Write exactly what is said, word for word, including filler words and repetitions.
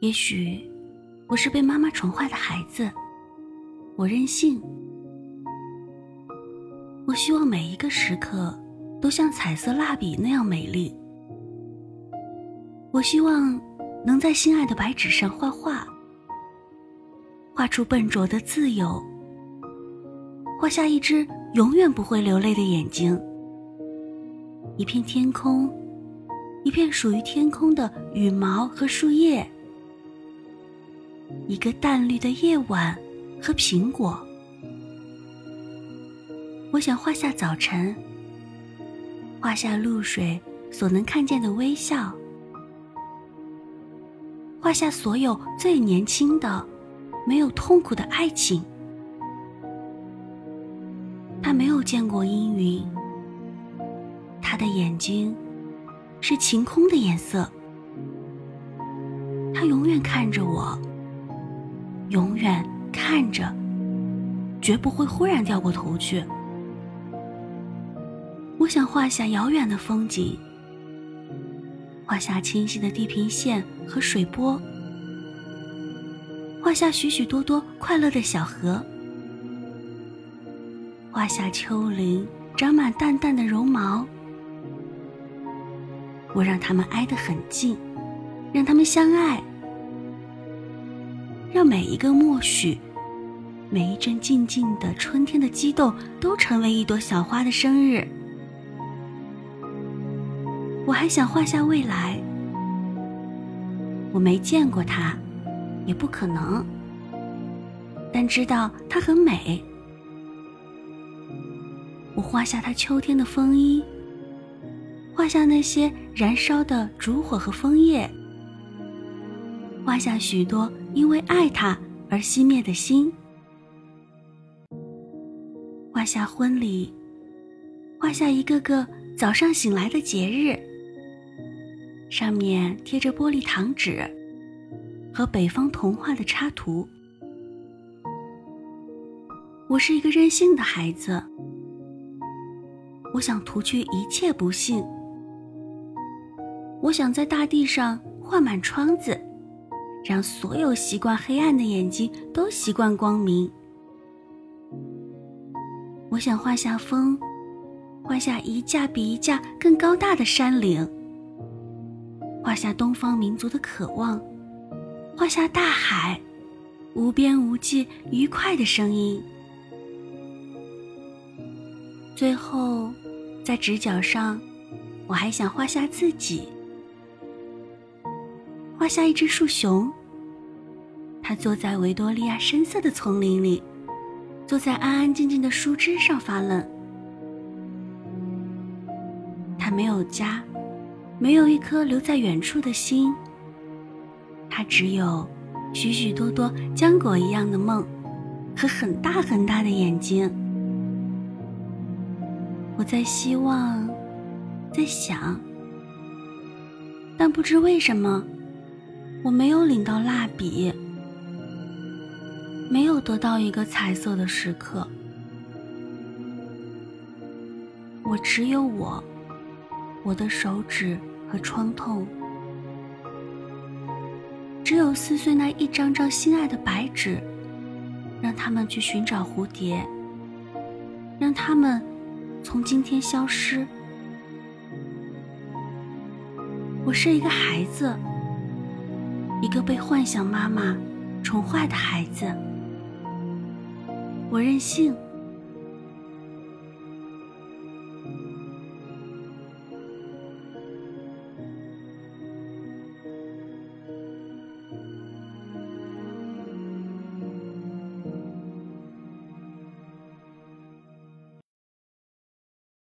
也许我是被妈妈宠坏的孩子，我任性。我希望每一个时刻都像彩色蜡笔那样美丽。我希望能在心爱的白纸上画画，画出笨拙的自由，画下一只永远不会流泪的眼睛，一片天空，一片属于天空的羽毛和树叶，一个淡绿的夜晚和苹果。我想画下早晨，画下露水所能看见的微笑，画下所有最年轻的没有痛苦的爱情。他没有见过阴云，他的眼睛是晴空的颜色，他永远看着我，永远看着，绝不会忽然掉过头去。我想画下遥远的风景，画下清晰的地平线和水波，画下许许多多快乐的小河，画下丘陵长满淡淡的绒毛。我让他们挨得很近，让他们相爱，让每一个默许，每一阵静静的春天的激动都成为一朵小花的生日。我还想画下未来，我没见过它，也不可能，但知道它很美。我画下它秋天的风衣，画下那些燃烧的烛火和枫叶，画下许多因为爱它而熄灭的心，画下婚礼，画下一个个早上醒来的节日，上面贴着玻璃糖纸和北方童话的插图。我是一个任性的孩子，我想涂去一切不幸，我想在大地上画满窗子，让所有习惯黑暗的眼睛都习惯光明。我想画下风，画下一架比一架更高大的山岭，画下东方民族的渴望，画下大海，无边无际愉快的声音。最后在直角上，我还想画下自己，画下一只树熊，它坐在维多利亚深色的丛林里，坐在安安静静的树枝上发愣。它没有家，没有一颗留在远处的心，它只有许许多多浆果一样的梦和很大很大的眼睛。我在希望，在想，但不知为什么，我没有领到蜡笔，没有得到一个彩色的时刻。我只有我，我的手指和创痛，只有撕碎那一张张心爱的白纸，让他们去寻找蝴蝶，让他们从今天消失。我是一个孩子，一个被幻想妈妈宠坏的孩子。我任性，